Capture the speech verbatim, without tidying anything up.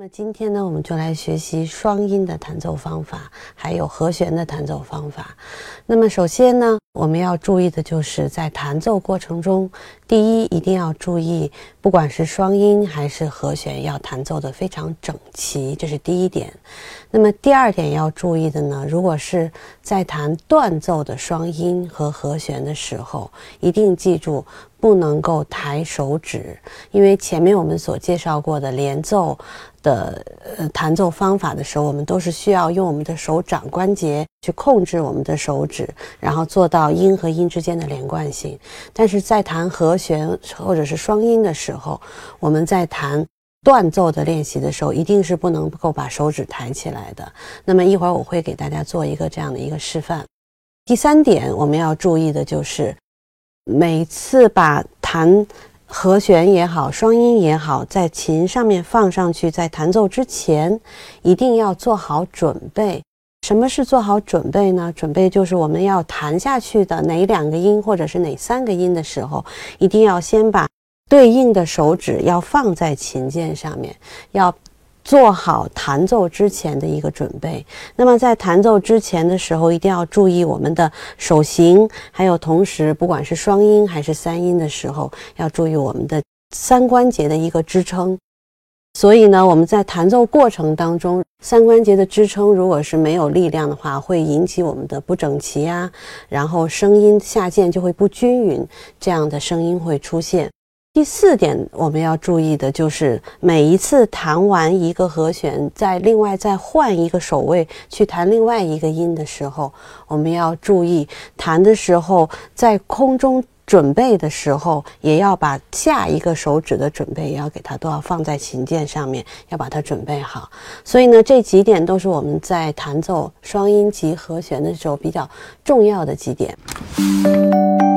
那今天呢，我们就来学习双音的弹奏方法，还有和弦的弹奏方法。那么首先呢，我们要注意的就是在弹奏过程中，第一一定要注意，不管是双音还是和弦，要弹奏的非常整齐，这是第一点。那么第二点要注意的呢，如果是在弹断奏的双音和和弦的时候，一定记住不能够抬手指，因为前面我们所介绍过的连奏的呃弹奏方法的时候，我们都是需要用我们的手掌关节去控制我们的手指，然后做到音和音之间的连贯性。但是在弹和弦或者是双音的时候，我们在弹断奏的练习的时候，一定是不能够把手指抬起来的。那么一会儿我会给大家做一个这样的一个示范。第三点我们要注意的就是，每次把弹和弦也好，双音也好，在琴上面放上去，在弹奏之前一定要做好准备。什么是做好准备呢？准备就是我们要弹下去的哪两个音或者是哪三个音的时候，一定要先把对应的手指要放在琴键上面，要做好弹奏之前的一个准备。那么在弹奏之前的时候，一定要注意我们的手型，还有同时不管是双音还是三音的时候，要注意我们的三关节的一个支撑。所以呢，我们在弹奏过程当中，三关节的支撑如果是没有力量的话，会引起我们的不整齐啊，然后声音下键就会不均匀，这样的声音会出现。第四点我们要注意的就是每一次弹完一个和弦，再另外再换一个手位去弹另外一个音的时候，我们要注意弹的时候在空中准备的时候，也要把下一个手指的准备也要给它都要放在琴键上面，要把它准备好。所以呢，这几点都是我们在弹奏双音及和弦的时候比较重要的几点。